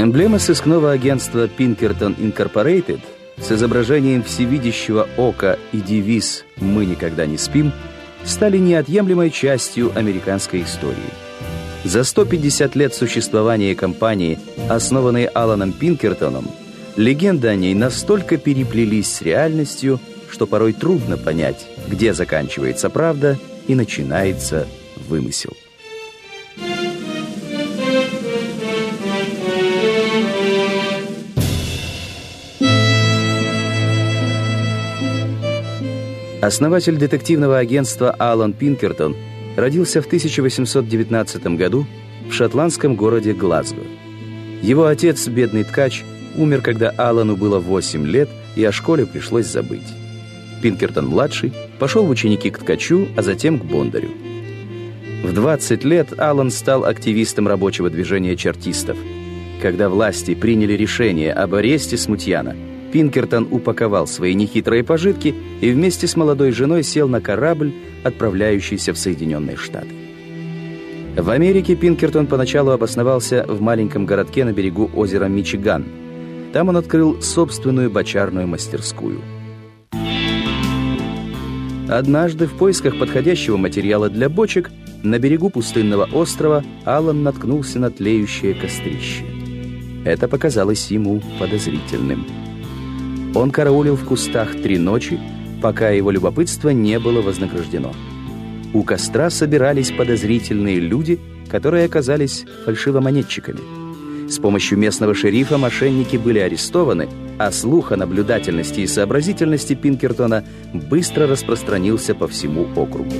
Эмблема сыскного агентства Pinkerton Incorporated с изображением всевидящего ока и девиз «Мы никогда не спим» стали неотъемлемой частью американской истории. За 150 лет существования компании, основанной Аланом Пинкертоном, легенды о ней настолько переплелись с реальностью, что порой трудно понять, где заканчивается правда и начинается вымысел. Основатель детективного агентства Алан Пинкертон родился в 1819 году в шотландском городе Глазго. Его отец, бедный ткач, умер, когда Алану было 8 лет, и о школе пришлось забыть. Пинкертон-младший пошел в ученики к ткачу, а затем к бондарю. В 20 лет Алан стал активистом рабочего движения чартистов. Когда власти приняли решение об аресте смутьяна, Пинкертон упаковал свои нехитрые пожитки и вместе с молодой женой сел на корабль, отправляющийся в Соединенные Штаты. В Америке Пинкертон поначалу обосновался в маленьком городке на берегу озера Мичиган. Там он открыл собственную бочарную мастерскую. Однажды в поисках подходящего материала для бочек на берегу пустынного острова Алан наткнулся на тлеющее кострище. Это показалось ему подозрительным. Он караулил в кустах 3 ночи, пока его любопытство не было вознаграждено. У костра собирались подозрительные люди, которые оказались фальшивомонетчиками. С помощью местного шерифа мошенники были арестованы, а слух о наблюдательности и сообразительности Пинкертона быстро распространился по всему округу.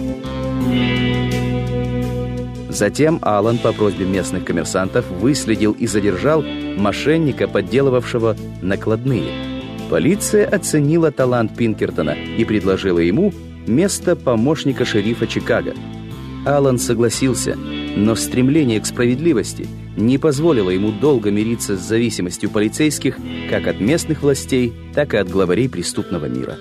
Затем Алан по просьбе местных коммерсантов выследил и задержал мошенника, подделывавшего накладные. Полиция оценила талант Пинкертона и предложила ему место помощника шерифа Чикаго. Алан согласился, но стремление к справедливости не позволило ему долго мириться с зависимостью полицейских как от местных властей, так и от главарей преступного мира.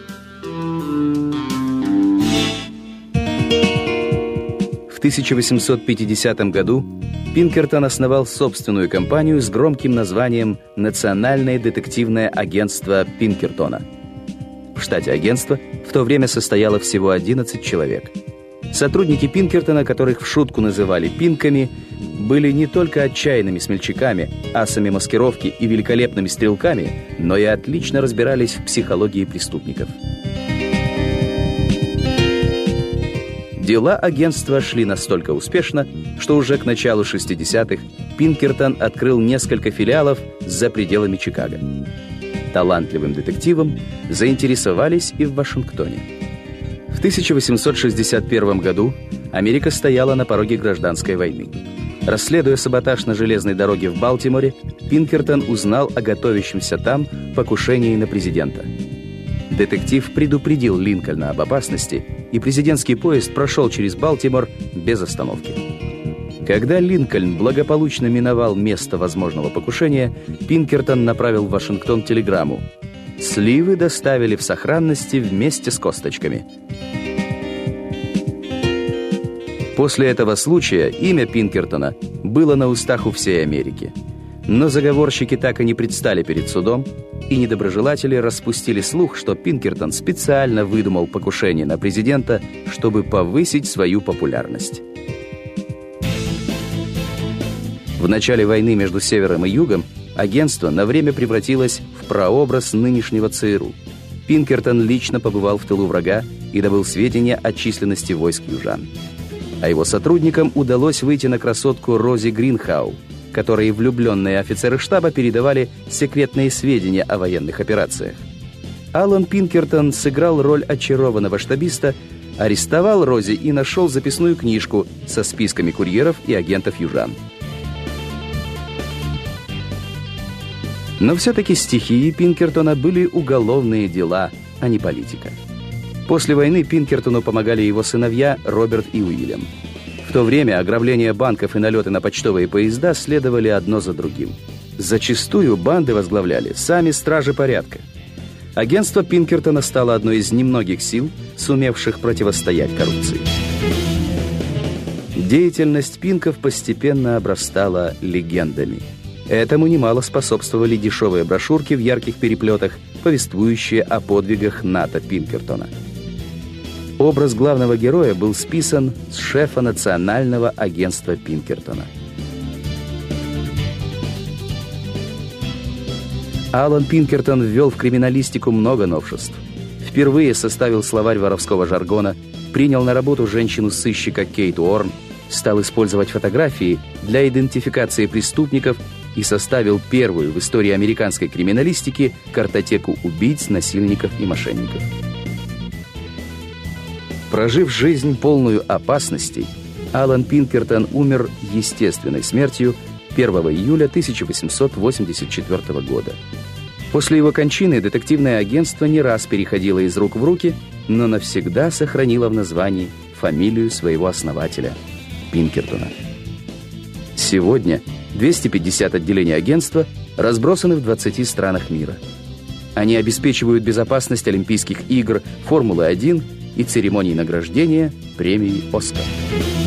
В 1850 году Пинкертон основал собственную компанию с громким названием «Национальное детективное агентство Пинкертона». В штате агентства в то время состояло всего 11 человек. Сотрудники Пинкертона, которых в шутку называли «пинками», были не только отчаянными смельчаками, асами маскировки и великолепными стрелками, но и отлично разбирались в психологии преступников. Дела агентства шли настолько успешно, что уже к началу 60-х Пинкертон открыл несколько филиалов за пределами Чикаго. Талантливым детективом заинтересовались и в Вашингтоне. В 1861 году Америка стояла на пороге гражданской войны. Расследуя саботаж на железной дороге в Балтиморе, Пинкертон узнал о готовящемся там покушении на президента. Детектив предупредил Линкольна об опасности, и президентский поезд прошел через Балтимор без остановки. Когда Линкольн благополучно миновал место возможного покушения, Пинкертон направил в Вашингтон телеграмму: «Сливы доставили в сохранности вместе с косточками». После этого случая имя Пинкертона было на устах у всей Америки. Но заговорщики так и не предстали перед судом, и недоброжелатели распустили слух, что Пинкертон специально выдумал покушение на президента, чтобы повысить свою популярность. В начале войны между Севером и Югом агентство на время превратилось в прообраз нынешнего ЦРУ. Пинкертон лично побывал в тылу врага и добыл сведения о численности войск южан. А его сотрудникам удалось выйти на красотку Рози Гринхау, которые влюбленные офицеры штаба передавали секретные сведения о военных операциях. Алан Пинкертон сыграл роль очарованного штабиста, арестовал Рози и нашел записную книжку со списками курьеров и агентов южан. Но все-таки стихией Пинкертона были уголовные дела, а не политика. После войны Пинкертону помогали его сыновья Роберт и Уильям. В то время ограбления банков и налеты на почтовые поезда следовали одно за другим. Зачастую банды возглавляли сами стражи порядка. Агентство Пинкертона стало одной из немногих сил, сумевших противостоять коррупции. Деятельность Пинков постепенно обрастала легендами. Этому немало способствовали дешевые брошюрки в ярких переплетах, повествующие о подвигах Ната Пинкертона. Образ главного героя был списан с шефа Национального агентства Пинкертона. Алан Пинкертон ввел в криминалистику много новшеств. Впервые составил словарь воровского жаргона, принял на работу женщину-сыщика Кейт Уорн, стал использовать фотографии для идентификации преступников и составил первую в истории американской криминалистики картотеку убийц, насильников и мошенников. Прожив жизнь полную опасностей, Алан Пинкертон умер естественной смертью 1 июля 1884 года. После его кончины детективное агентство не раз переходило из рук в руки, но навсегда сохранило в названии фамилию своего основателя – Пинкертона. Сегодня 250 отделений агентства разбросаны в 20 странах мира. Они обеспечивают безопасность Олимпийских игр, Формулы-1 и церемонии награждения премии «Оскар».